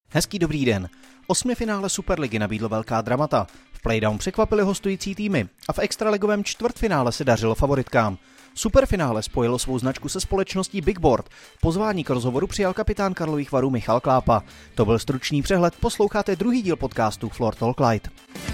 Hezký dobrý den. Osmifinále Superligy nabídlo velká dramata. V playdown překvapili hostující týmy a v extraligovém čtvrtfinále se dařilo favoritkám. Superfinále spojilo svou značku se společností Big Board. Pozvání k rozhovoru přijal kapitán Karlových Varů Michal Klápa. To byl stručný přehled, posloucháte druhý díl podcastu Floor Talk Light.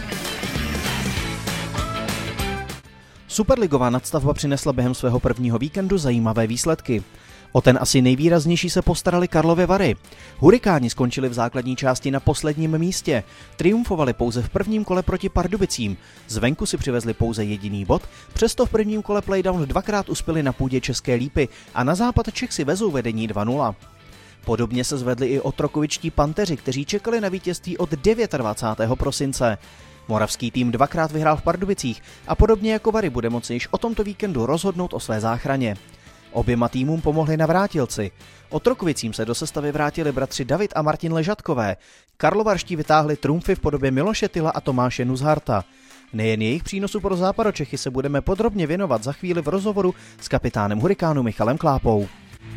Superligová nadstavba přinesla během svého prvního víkendu zajímavé výsledky. O ten asi nejvýraznější se postarali Karlovy Vary. Hurikáni skončili v základní části na posledním místě. Triumfovali pouze v prvním kole proti Pardubicím. Zvenku si přivezli pouze jediný bod, přesto v prvním kole playdown dvakrát uspěli na půdě České Lípy a na západ Čech si vezou vedení 2-0. Podobně se zvedli i otrokovičtí Panteři, kteří čekali na vítězství od 29. prosince. Moravský tým dvakrát vyhrál v Pardubicích a podobně jako Vary bude moci již o tomto víkendu rozhodnout o své záchraně. Oběma týmům pomohli navrátilci. Otrokovicím se do sestavy vrátili bratři David a Martin Ležatkové. Karlovarští vytáhli trumfy v podobě Miloše Tyla a Tomáše Nuzharta. Nejen jejich přínosu pro Západočechy se budeme podrobně věnovat za chvíli v rozhovoru s kapitánem Hurikánu Michalem Klápou.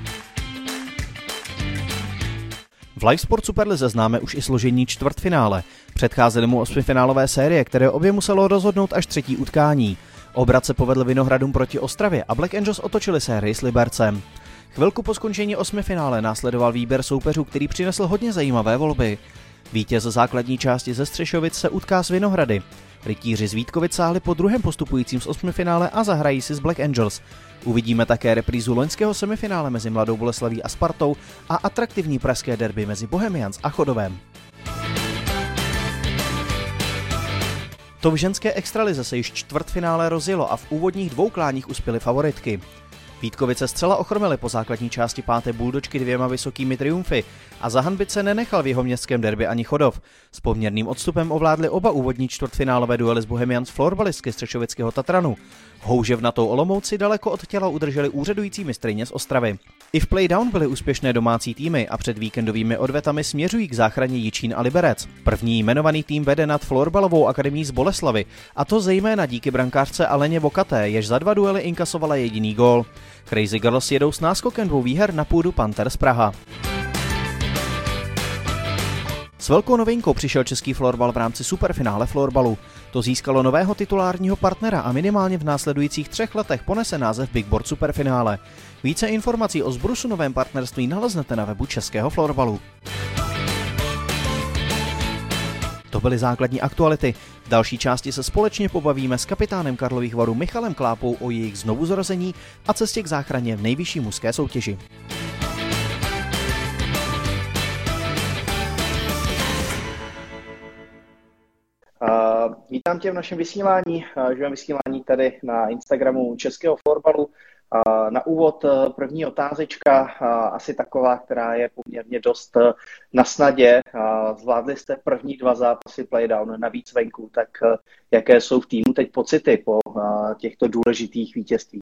V Live Sport Superlize známe už i složení čtvrtfinále. Předcházely mu osmifinálové série, které obě muselo rozhodnout až třetí utkání. Obrat se povedl Vinohradům proti Ostravě a Black Angels otočili sérii s Libercem. Chvilku po skončení osmifinále následoval výběr soupeřů, který přinesl hodně zajímavé volby. Vítěz základní části ze Střešovic se utká s Vinohrady. Rytíři z Vítkovic sáhli po druhém postupujícím z osmifinále a zahrají si s Black Angels. Uvidíme také reprízu loňského semifinále mezi Mladou Boleslaví a Spartou a atraktivní pražské derby mezi Bohemians a Chodovem. To v ženské extralize se již čtvrtfinále rozjelo a v úvodních dvou kláních uspěly favoritky. Vítkovice zcela ochromily po základní části páté Buldočky dvěma vysokými triumfy a zahanbit se nenechal v jeho městském derby ani Chodov. S poměrným odstupem ovládli oba úvodní čtvrtfinálové duely s Bohemians florbalistky střešovického Tatranu. Houževnatou Olomouci daleko od těla udrželi úřadující mistryně z Ostravy. I v playdown byly úspěšné domácí týmy a před víkendovými odvetami směřují k záchraně Jičín a Liberec. První jmenovaný tým vede nad florbalovou akademií z Boleslavy, a to zejména díky brankářce Aleně Vokaté, jež za dva duely inkasovala jediný gól. Crazy Girls jedou s náskokem 2 výher na půdu Panthers Praha. S velkou novinkou přišel český florbal v rámci superfinále florbalu. To získalo nového titulárního partnera a minimálně v následujících 3 letech ponese název Big Board Superfinále. Více informací o zbrusu novém partnerství naleznete na webu českého florbalu. To byly základní aktuality. V další části se společně pobavíme s kapitánem Karlových Varů Michalem Klápou o jejich znovuzrození a cestě k záchraně v nejvyšší mužské soutěži. Vítám tě v našem vysílání, živém vysílání tady na Instagramu českého florbalu. Na úvod první otázečka, asi taková, která je poměrně dost na snadě. Zvládli jste první 2 zápasy playdown navíc venku, tak jaké jsou v týmu teď pocity po těchto důležitých vítězstvích?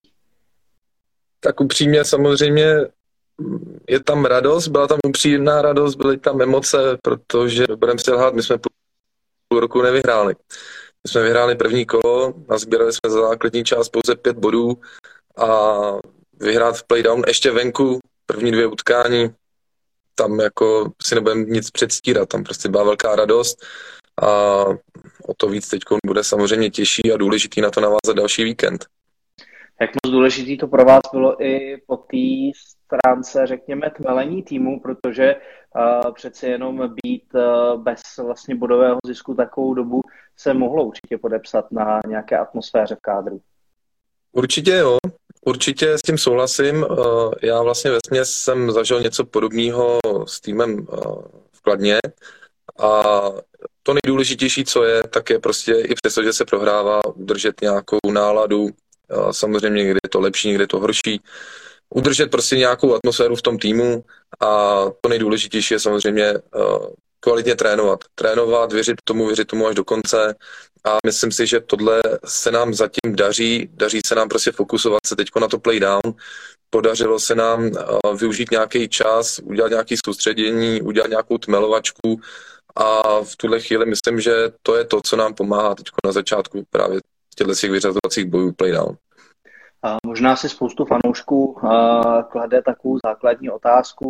Tak upřímně samozřejmě je tam radost, byla tam upřímná radost, byly tam emoce, protože budeme si lhát, my jsme půl roku nevyhráli. My jsme vyhráli první kolo, nazbírali jsme za základní část pouze 5 bodů a vyhrát v playdown ještě venku, první 2 utkání, tam jako si nebudeme nic předstírat, tam prostě byla velká radost a o to víc teď bude samozřejmě těžší a důležitý na to navázat další víkend. Jak moc důležitý to pro vás bylo i po té stránce, řekněme, tmelení týmu, protože přeci jenom být bez vlastně bodového zisku takovou dobu se mohlo určitě podepsat na nějaké atmosféře v kádru. Určitě jo, určitě s tím souhlasím. Já vlastně vesměs jsem zažil něco podobného s týmem v Kladně a to nejdůležitější, co je, tak je prostě i přesto, že se prohrává, udržet nějakou náladu, samozřejmě někdy je to lepší, někdy je to horší, udržet prostě nějakou atmosféru v tom týmu a to nejdůležitější je samozřejmě kvalitně trénovat, věřit tomu až do konce a myslím si, že tohle se nám zatím daří se nám prostě fokusovat se teďko na to playdown, podařilo se nám využít nějaký čas, udělat nějaké soustředění, udělat nějakou tmelovačku a v tuhle chvíli myslím, že to je to, co nám pomáhá teďko na začátku právě těch vyřazovacích bojů playdown. Možná si spoustu fanoušků klade takovou základní otázku,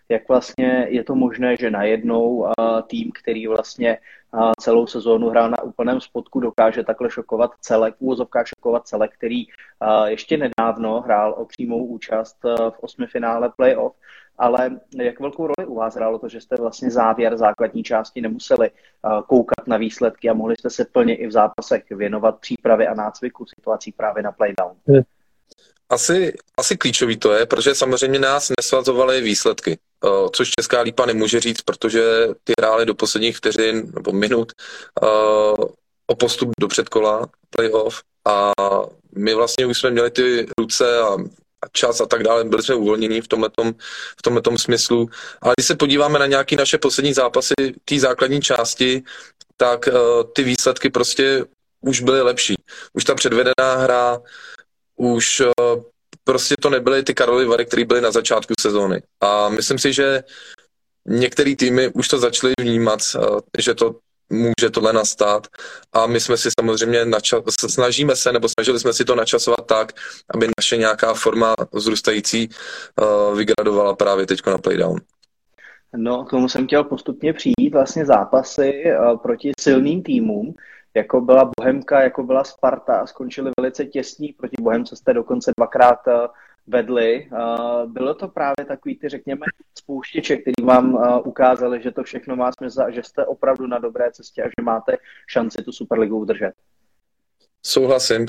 jak vlastně je to možné, že najednou tým, který vlastně celou sezónu hrál na úplném spodku, dokáže takhle šokovat celek, v úvozovkách šokovat celek, který ještě nedávno hrál o přímou účast v 8. finále playoff. Ale jak velkou roli u vás hrálo to, že jste vlastně závěr základní části nemuseli koukat na výsledky a mohli jste se plně i v zápasech věnovat přípravě a nácviku situací právě na playdown? Asi klíčový to je, protože samozřejmě nás nesvazovaly výsledky, což Česká Lípa nemůže říct, protože ty hráli do posledních vteřin nebo minut o postup do předkola playoff a my vlastně už jsme měli ty ruce a čas a tak dále, byli jsme uvolnění v tomhletom smyslu. Ale když se podíváme na nějaké naše poslední zápasy té základní části, tak ty výsledky prostě už byly lepší. Už ta předvedená hra, už prostě to nebyly ty Karlovy Vary, které byly na začátku sezóny. A myslím si, že některé týmy už to začaly vnímat, že to může tohle nastat a my jsme si samozřejmě snažili jsme si to načasovat tak, aby naše nějaká forma vzrůstající vygradovala právě teďko na playdown. No, k tomu jsem chtěl postupně přijít. Vlastně zápasy proti silným týmům, jako byla Bohemka, jako byla Sparta, skončily velice těsní. Proti Bohemce jste dokonce dvakrát vedli. Bylo to právě takový ty, řekněme, spouštěče, který vám ukázali, že to všechno má smysl a že jste opravdu na dobré cestě a že máte šanci tu Superligu udržet. Souhlasím.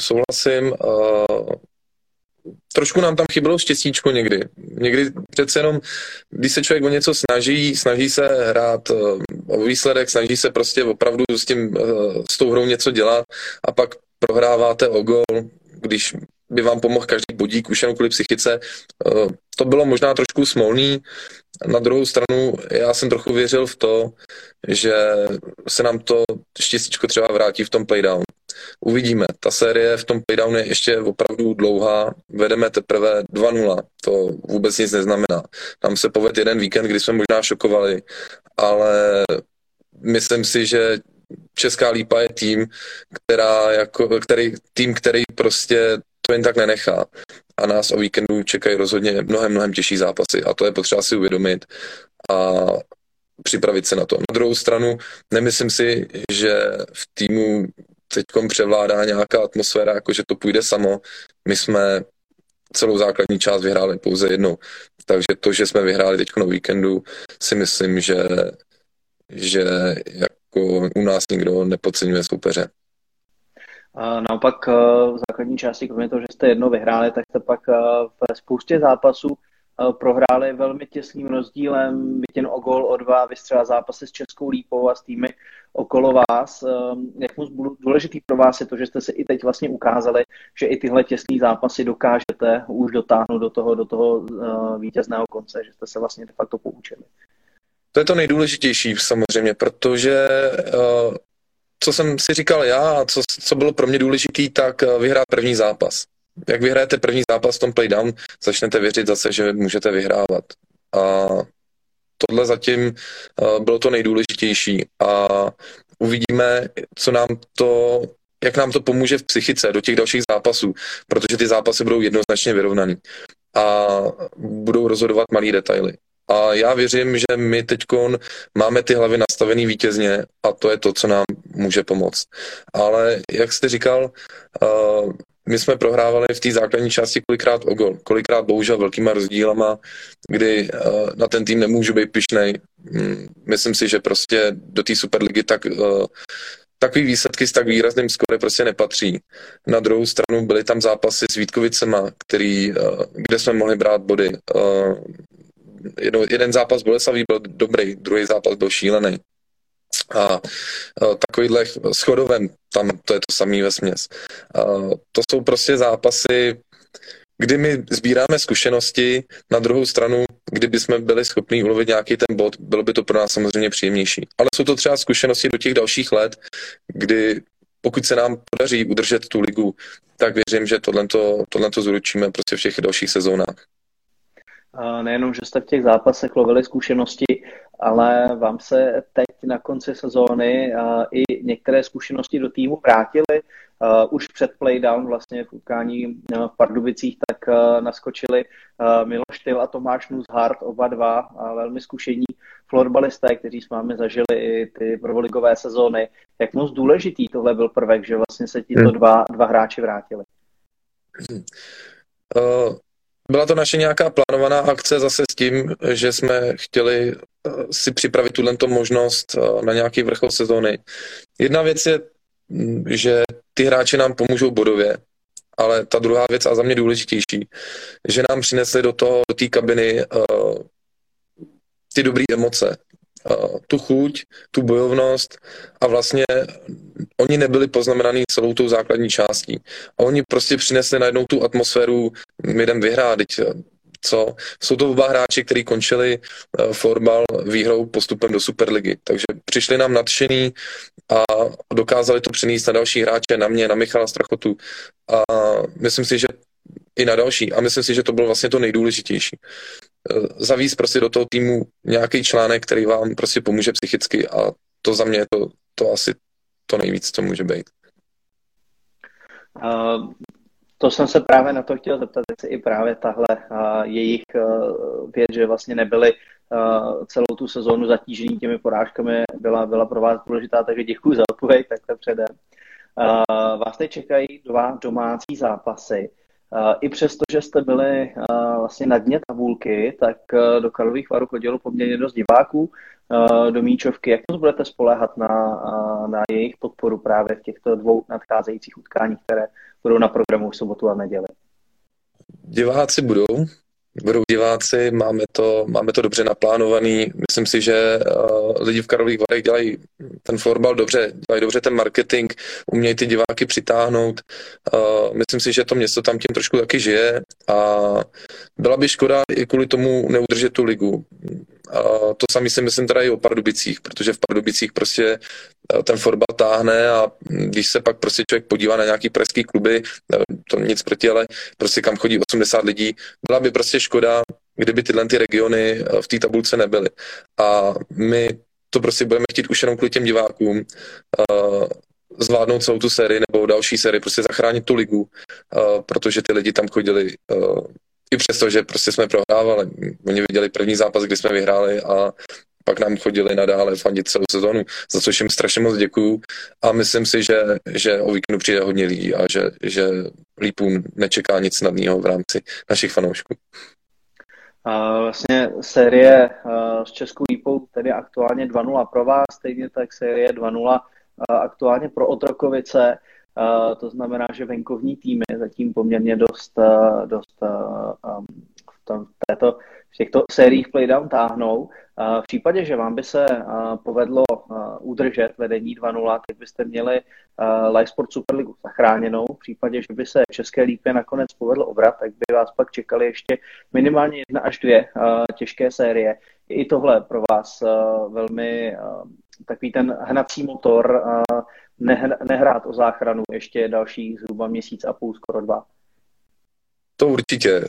Trošku nám tam chybělo štěstíčko někdy. Někdy přece jenom, když se člověk o něco snaží se hrát o výsledek, snaží se prostě opravdu s tou hrou něco dělat a pak prohráváte o gól, když by vám pomohl každý bodík, už jen kvůli psychice. To bylo možná trošku smolný. Na druhou stranu já jsem trochu věřil v to, že se nám to štěstíčko třeba vrátí v tom playdown. Uvidíme. Ta série v tom playdownu je ještě opravdu dlouhá. Vedeme teprve 2-0. To vůbec nic neznamená. Nám se povedl jeden víkend, kdy jsme možná šokovali, ale myslím si, že Česká Lípa je tým, který prostě to jen tak nenechá. A nás o víkendu čekají rozhodně mnohem těžší zápasy. A to je potřeba si uvědomit a připravit se na to. Na druhou stranu nemyslím si, že v týmu teďkom převládá nějaká atmosféra, jako že to půjde samo. My jsme celou základní část vyhráli pouze jednou. Takže to, že jsme vyhráli teď na víkendu, si myslím, že jako u nás nikdo nepodceňuje soupeře. Naopak v základní části, kromě toho, že jste jedno vyhráli, tak jste pak v spoustě zápasů prohráli velmi těsným rozdílem, vytěn o gól, o 2, vystřela zápasy s Českou Lípou a s týmy okolo vás. Jak moc důležitý pro vás je to, že jste si i teď vlastně ukázali, že i tyhle těsný zápasy dokážete už dotáhnout do toho vítězného konce, že jste se vlastně de facto poučili? To je to nejdůležitější samozřejmě, protože co jsem si říkal já a co bylo pro mě důležitý, tak vyhrát první zápas. Jak vyhrajete první zápas v tom playdown, začnete věřit zase, že můžete vyhrávat. A tohle zatím bylo to nejdůležitější a uvidíme, jak nám to pomůže v psychice do těch dalších zápasů, protože ty zápasy budou jednoznačně vyrovnaný a budou rozhodovat malý detaily. A já věřím, že my teďkon máme ty hlavy nastavený vítězně a to je to, co nám může pomoct. Ale jak jste říkal, my jsme prohrávali v té základní části kolikrát o gol, kolikrát bohužel velkýma rozdílama, kdy na ten tým nemůžu být pyšnej. Myslím si, že prostě do té Superligy takový výsledky s tak výrazným skore prostě nepatří. Na druhou stranu byly tam zápasy s Vítkovicema, kde jsme mohli brát body. Jeden zápas Boleslaví byl dobrý, druhý zápas byl šílený. A takovýhle s Chodovem, tam to je to samý vesměs. To jsou prostě zápasy, kdy my sbíráme zkušenosti, na druhou stranu, kdyby jsme byli schopni ulovit nějaký ten bod, bylo by to pro nás samozřejmě příjemnější. Ale jsou to třeba zkušenosti do těch dalších let, kdy pokud se nám podaří udržet tu ligu, tak věřím, že tohle zaručíme prostě v těch dalších sezónách. Nejenom, že jste v těch zápasech lovili zkušenosti, ale vám se teď na konci sezóny i některé zkušenosti do týmu vrátily. Už před playdown vlastně v utkání v Pardubicích tak naskočili Miloš Tyl a Tomáš Nuzhart, oba dva velmi zkušení florbalisté, kteří s vámi zažili i ty prvoligové sezóny. Jak moc důležitý tohle byl prvek, že vlastně se tito dva hráči vrátili? Byla to naše nějaká plánovaná akce zase s tím, že jsme chtěli si připravit tuto možnost na nějaký vrchol sezóny. Jedna věc je, že ty hráči nám pomůžou bodově, ale ta druhá věc a za mě důležitější, že nám přinesli do té kabiny ty dobré emoce, tu chuť, tu bojovnost a vlastně oni nebyli poznamenaný celou tou základní částí. A oni prostě přinesli najednou tu atmosféru, my jdem vyhrát, co? Jsou to oba hráči, kteří končili florbal výhrou postupem do Superligy. Takže přišli nám nadšení a dokázali to přinést na další hráče, na mě, na Michala Strachotu. A myslím si, že i na další. A myslím si, že to bylo vlastně to nejdůležitější. Zavíst prostě do toho týmu nějaký článek, který vám prostě pomůže psychicky a to za mě je to asi to nejvíc, co může být. To jsem se právě na to chtěl zeptat, jestli i právě tahle jejich věc, že vlastně nebyli celou tu sezónu zatížený těmi porážkami, byla pro vás důležitá, takže děkuji za odpověď takhle předem. Vás teď čekají 2 domácí zápasy. I přesto, že jste byli vlastně na dně tabulky, tak do Karlových Varů chodilo poměrně dost diváků do míčovky. Jak moc budete spoléhat na jejich podporu právě v těchto 2 nadcházejících utkáních, které budou na programu v sobotu a neděli? Diváci budou diváci, máme to dobře naplánovaný. Myslím si, že lidi v Karlových Varech dělají ten florbal dobře, dělají dobře ten marketing, umějí ty diváky přitáhnout. Myslím si, že to město tam tím trošku taky žije a byla by škoda i kvůli tomu neudržet tu ligu. To samé si myslím teda i o Pardubicích, protože v Pardubicích prostě ten florbal táhne a když se pak prostě člověk podívá na nějaký pražský kluby, to nic proti, ale prostě kam chodí 80 lidí, byla by prostě škoda, kdyby tyhle ty regiony v té tabulce nebyly. A my to prostě budeme chtít už jenom kvůli těm divákům zvládnout celou tu sérii nebo další sérii, prostě zachránit tu ligu, protože ty lidi tam chodili i přesto, že prostě jsme prohrávali. Oni viděli první zápas, kdy jsme vyhráli a pak nám chodili nadále fandit celou sezonu, za což jim strašně moc děkuju a myslím si, že o víkendu přijde hodně lidí a že Lípům nečeká nic snadného v rámci našich fanoušků. Vlastně série s Českou Lípou tedy aktuálně 2-0 pro vás, stejně tak série 2-0 aktuálně pro Otrokovice. To znamená, že venkovní týmy zatím poměrně dost v těchto sériích playdown táhnou. V případě, že vám by se povedlo udržet vedení 2-0, tak byste měli Live Sport Superligu zachráněnou. V případě, že by se České Lípě nakonec povedlo obrat, tak by vás pak čekaly ještě minimálně 1 až 2 těžké série. I tohle pro vás velmi takový ten hnací motor, nehrát o záchranu ještě další zhruba měsíc a půl, skoro 2. To určitě.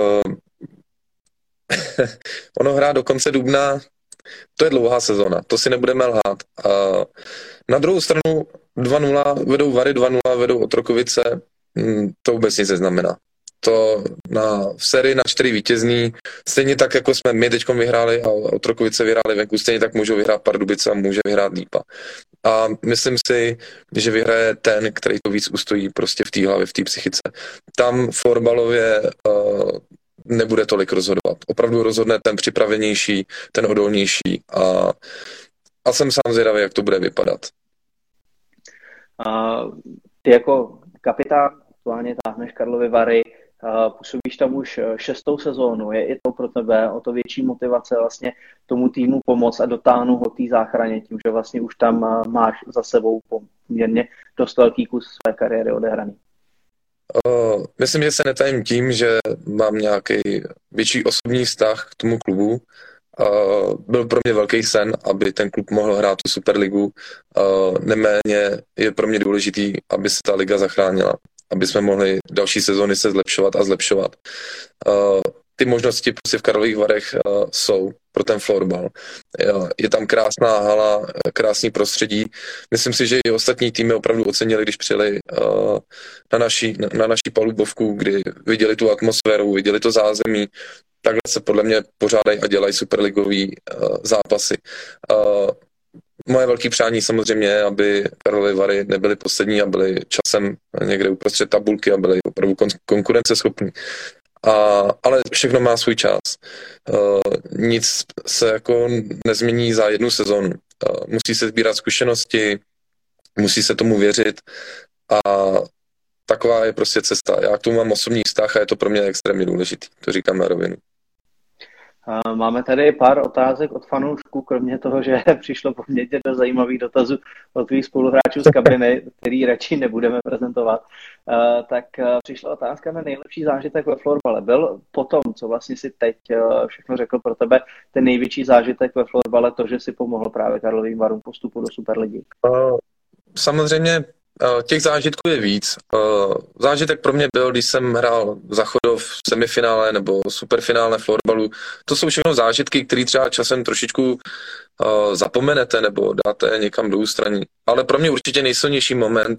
Ono hrá do konce dubna, to je dlouhá sezona, to si nebudeme lhát. Na druhou stranu 2-0 vedou Vary, 2-0 vedou Otrokovice, to vůbec nic neznamená. To v sérii na 4 vítězný, stejně tak, jako jsme my teďkom vyhráli a Otrokovice vyhráli venku, stejně tak můžou vyhrát Pardubice a může vyhrát Lípa. A myslím si, že vyhraje ten, který to víc ustojí prostě v té hlavě, v té psychice. Tam florbalově nebude tolik rozhodovat. Opravdu rozhodne ten připravenější, ten odolnější a jsem sám zvědavý, jak to bude vypadat. Ty jako kapitán aktuálně táhneš Karlovy Vary, působíš tam už 6. sezónu. Je i to pro tebe o to větší motivace vlastně tomu týmu pomoct a dotáhnout ho té záchraně tím, že vlastně už tam máš za sebou poměrně dost velký kus své kariéry odehraný? Myslím, že se netajím tím, že mám nějaký větší osobní vztah k tomu klubu. Byl pro mě velký sen, aby ten klub mohl hrát tu Superligu. Neméně je pro mě důležitý, aby se ta liga zachránila, aby jsme mohli další sezóny se zlepšovat a zlepšovat. ty možnosti prostě v Karlových Varech jsou pro ten florbal. Je tam krásná hala, krásný prostředí. Myslím si, že i ostatní týmy opravdu ocenili, když přijeli na naší palubovku, kdy viděli tu atmosféru, viděli to zázemí. Takhle se podle mě pořádají a dělají superligový zápasy. Moje velké přání samozřejmě je, aby Karlovy Vary nebyly poslední a byly časem někde uprostřed tabulky a byly opravdu konkurenceschopní. Ale všechno má svůj čas. Nic se jako nezmění za jednu sezonu. Musí se sbírat zkušenosti, musí se tomu věřit a taková je prostě cesta. Já k tomu mám osobní vztah a je to pro mě extrémně důležitý. To říkám na rovinu. Máme tady pár otázek od fanoušků, kromě toho, že přišlo poměrně do zajímavých dotazů od tvých spoluhráčů z kabiny, který radši nebudeme prezentovat. Tak přišla otázka na nejlepší zážitek ve florbale. Byl potom, co vlastně si teď všechno řekl pro tebe, ten největší zážitek ve florbale, to, že si pomohl právě Karlovým Varům postupu do Superligy? Samozřejmě těch zážitků je víc. Zážitek pro mě byl, když jsem hrál za Chodov v semifinále nebo superfinále florbalu. To jsou všechno zážitky, které třeba časem trošičku zapomenete nebo dáte někam do ústraní. Ale pro mě určitě nejsilnější moment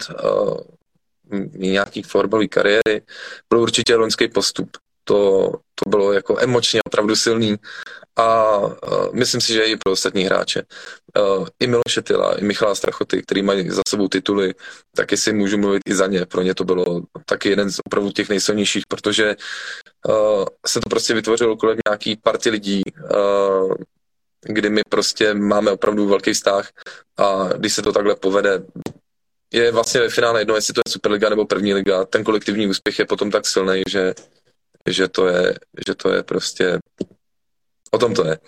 nějaký florbalové kariéry byl určitě loňský postup. To bylo jako emočně opravdu silný a myslím si, že i pro ostatní hráče. I Miloše Tyla, i Michala Strachoty, který mají za sebou tituly, taky si můžu mluvit i za ně. Pro ně to bylo taky jeden z opravdu těch nejsilnějších, protože se to prostě vytvořilo kolem nějaký party lidí, kdy my prostě máme opravdu velký vztah a když se to takhle povede, je vlastně ve finále jedno, jestli to je Superliga nebo první liga, ten kolektivní úspěch je potom tak silný, že to je prostě o tom to je.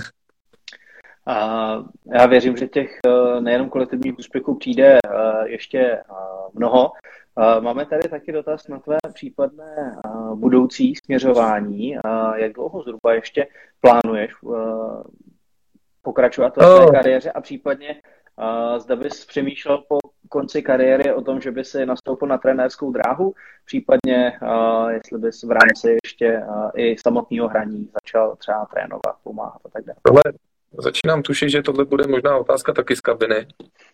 Já věřím, že těch nejenom kolektivních úspěchů přijde ještě mnoho. Máme tady taky dotaz na tvé případné budoucí směřování. Jak dlouho zhruba ještě plánuješ pokračovat v své kariéře a případně zda bys přemýšlel po konci kariéry o tom, že by si nastoupil na trenérskou dráhu, případně jestli bys v rámci ještě i samotného hraní začal třeba trénovat, pomáhat a tak dále. Tohle začínám tušit, že tohle bude možná otázka taky z kabiny.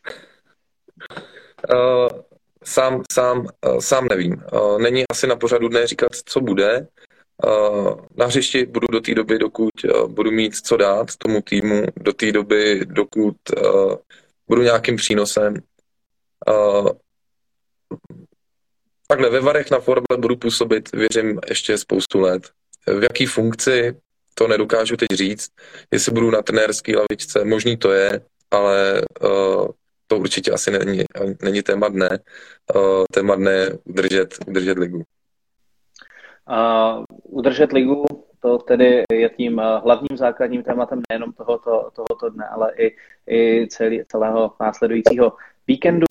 Sám nevím. Není asi na pořadu dne říkat, co bude. Na hřišti budu do té doby, dokud budu mít co dát tomu týmu, do té doby, dokud budu nějakým přínosem. Takhle ve Varech na florbale budu působit, věřím, ještě spoustu let. V jaký funkci, to nedokážu teď říct. Jestli budu na trenérské lavičce, možný to je, ale to určitě asi není téma dne. Téma dne je udržet ligu. Udržet ligu, to tedy je tím hlavním základním tématem nejenom tohoto dne, ale i celého následujícího víkendu.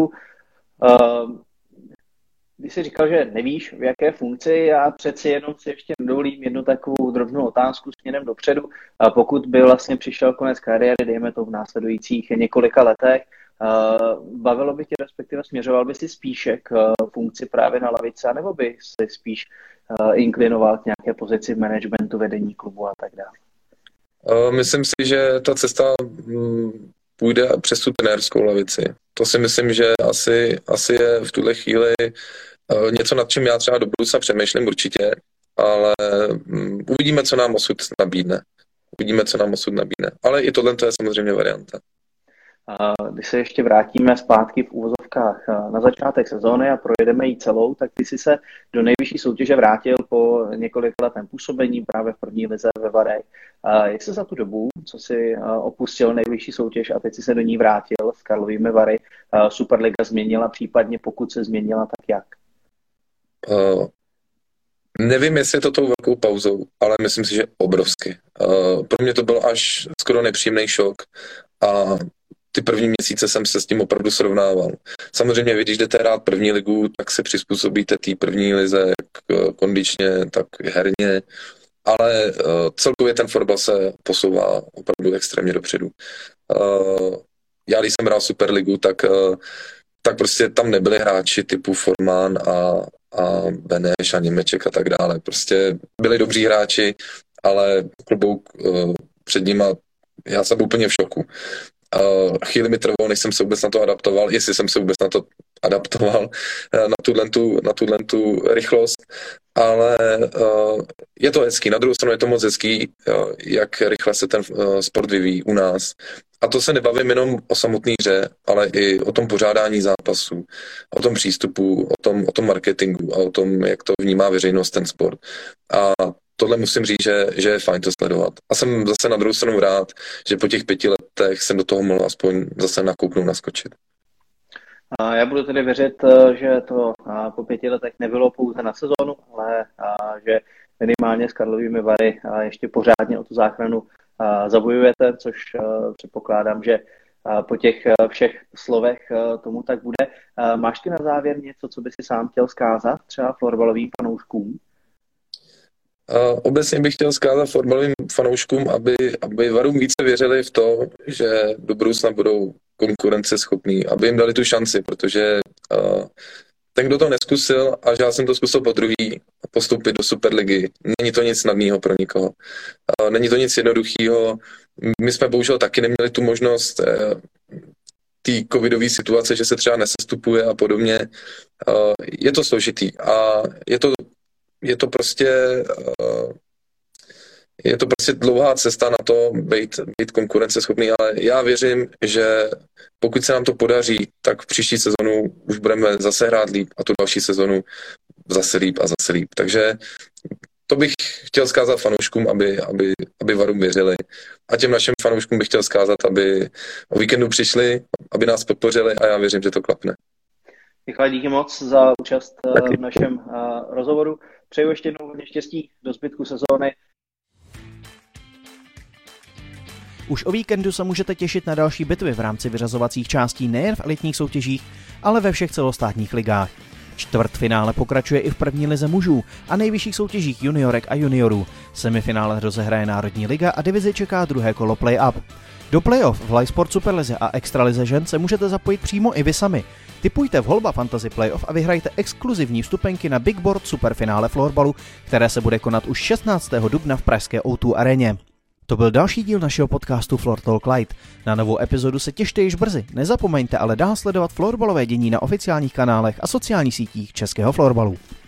Když jsi říkal, že nevíš, v jaké funkci, já přeci jenom si ještě dovolím jednu takovou drobnou otázku směrem dopředu. Pokud by vlastně přišel konec kariéry, dejme to v následujících několika letech, bavilo by tě, respektive směřoval by si spíše k funkci právě na lavice, nebo by si spíš inklinoval k nějaké pozici v managementu, vedení klubu a tak dále? Myslím si, že ta cesta půjde přes tu trenérskou lavici. To si myslím, že asi je v tuhle chvíli něco, nad čím já třeba do budoucna přemýšlím určitě, ale uvidíme, co nám osud nabídne. Ale i tohle je samozřejmě varianta. Když se ještě vrátíme zpátky v úvozovkách na začátek sezóny a projedeme ji celou, tak ty jsi se do nejvyšší soutěže vrátil po několikaletém působení právě v první lize ve Varech. Jak se za tu dobu, co jsi opustil nejvyšší soutěž a teď jsi se do ní vrátil s Karlovými Vary, Superliga změnila, případně pokud se změnila, tak jak? Nevím, jestli je to tou velkou pauzou, ale myslím si, že obrovsky. Pro mě to byl až skoro nepříjemný šok a ty první měsíce jsem se s tím opravdu srovnával. Samozřejmě vy, když jdete hrát první ligu, tak se přizpůsobíte té první lize jak kondičně, tak herně, ale celkově ten fotbal se posouvá opravdu extrémně dopředu. Já, když jsem hrál Superligu, tak prostě tam nebyli hráči typu Forman Beneš a Němeček a tak dále. Prostě byli dobří hráči, ale klobouk před nima, já jsem úplně v šoku. Chvíli mi trvalo, než jsem se vůbec na to adaptoval, jestli jsem se vůbec na to adaptoval, na tuhle rychlost, ale je to hezký. Na druhou stranu je to moc hezký, jak rychle se ten sport vyvíjí u nás. A to se nebavím jenom o samotné hře, ale i o tom pořádání zápasů, o tom přístupu, o tom marketingu a o tom, jak to vnímá veřejnost ten sport. A tohle musím říct, že je fajn to sledovat. A jsem zase na druhou stranu rád, že po těch 5 letech jsem do toho mohl aspoň zase nakouknout, naskočit. Já budu tedy věřit, že to po 5 letech nebylo pouze na sezónu, ale že minimálně s Karlovými Vary ještě pořádně o tu záchranu zabojujete, což předpokládám, že po těch všech slovech tomu tak bude. Máš ty na závěr něco, co by si sám chtěl vzkázat třeba florbalovým fanouškům? Obecně bych chtěl vzkázat fotbalovým fanouškům, aby Varům více věřili v to, že do budoucna budou konkurenceschopní, aby jim dali tu šanci, protože ten, kdo to neskusil, a že já jsem to zkusil po druhý, postoupit do Superligy, není to nic snadného pro nikoho. Není to nic jednoduchého. My jsme bohužel taky neměli tu možnost té covidové situace, že se třeba nesestupuje a podobně. Je to složitý a je to prostě dlouhá cesta na to být konkurenceschopný, ale já věřím, že pokud se nám to podaří, tak v příští sezonu už budeme zase hrát líp a tu další sezonu zase líp a zase líp. Takže to bych chtěl vzkázat fanouškům, aby Varům věřili. A těm našim fanouškům bych chtěl vzkázat, aby o víkendu přišli, aby nás podpořili a já věřím, že to klapne. Michale, díky moc za účast v našem rozhovoru. Přeju ještě jednou hodně štěstí do zbytku sezóny. Už o víkendu se můžete těšit na další bitvy v rámci vyřazovacích částí nejen v elitních soutěžích, ale ve všech celostátních ligách. Čtvrtfinále pokračuje i v první lize mužů a nejvyšších soutěžích juniorek a juniorů. Semifinále rozehraje Národní liga a divizi čeká druhé kolo play-up. Do play-off v Livesport Superlize a Extralize žen se můžete zapojit přímo i vy sami. Tipujte v Holba Fantasy Playoff a vyhrajte exkluzivní vstupenky na Big Board superfinále florbalu, které se bude konat už 16. dubna v pražské O2 aréně. To byl další díl našeho podcastu Floor Talk Light. Na novou epizodu se těšte již brzy. Nezapomeňte ale dál sledovat florbalové dění na oficiálních kanálech a sociálních sítích českého florbalu.